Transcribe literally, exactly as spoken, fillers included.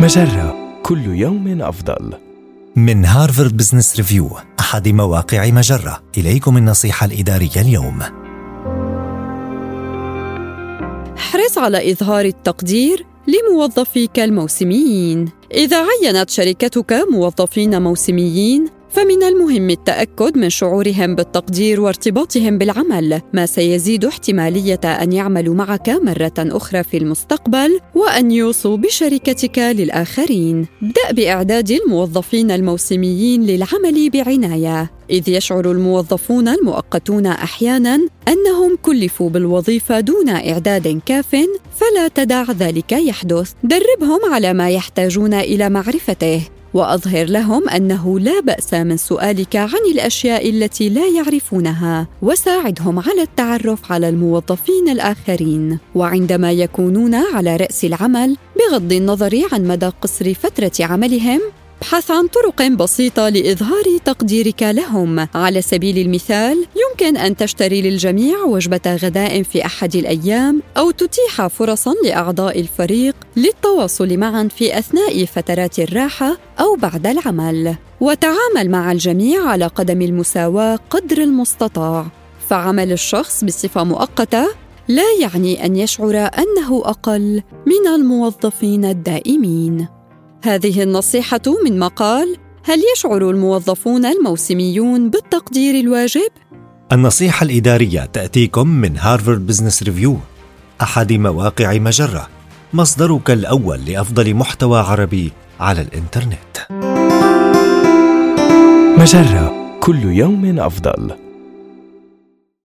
مجرة، كل يوم أفضل. من هارفارد بزنس ريفيو، أحد مواقع مجرة، إليكم النصيحة الإدارية اليوم. احرص على إظهار التقدير لموظفيك الموسميين. إذا عينت شركتك موظفين موسميين، فمن المهم التأكد من شعورهم بالتقدير وارتباطهم بالعمل، ما سيزيد احتمالية أن يعملوا معك مرة أخرى في المستقبل وأن يوصوا بشركتك للآخرين. ابدأ بإعداد الموظفين الموسميين للعمل بعناية، إذ يشعر الموظفون المؤقتون أحياناً أنهم كلفوا بالوظيفة دون إعداد كاف، فلا تدع ذلك يحدث. دربهم على ما يحتاجون إلى معرفته، وأظهر لهم أنه لا بأس من سؤالك عن الأشياء التي لا يعرفونها، وساعدهم على التعرف على الموظفين الآخرين. وعندما يكونون على رأس العمل، بغض النظر عن مدى قصر فترة عملهم، ابحث عن طرق بسيطة لإظهار تقديرك لهم. على سبيل المثال، يمكن أن تشتري للجميع وجبة غداء في أحد الأيام، أو تتيح فرصاً لأعضاء الفريق للتواصل معاً في أثناء فترات الراحة أو بعد العمل. وتعامل مع الجميع على قدم المساواة قدر المستطاع، فعمل الشخص بصفة مؤقتة لا يعني أن يشعر أنه أقل من الموظفين الدائمين. هذه النصيحة من مقال: هل يشعر الموظفون الموسميون بالتقدير الواجب؟ النصيحة الإدارية تأتيكم من هارفارد بزنس ريفيو، أحد مواقع مجرة، مصدرك الأول لأفضل محتوى عربي على الإنترنت. مجرة، كل يوم أفضل.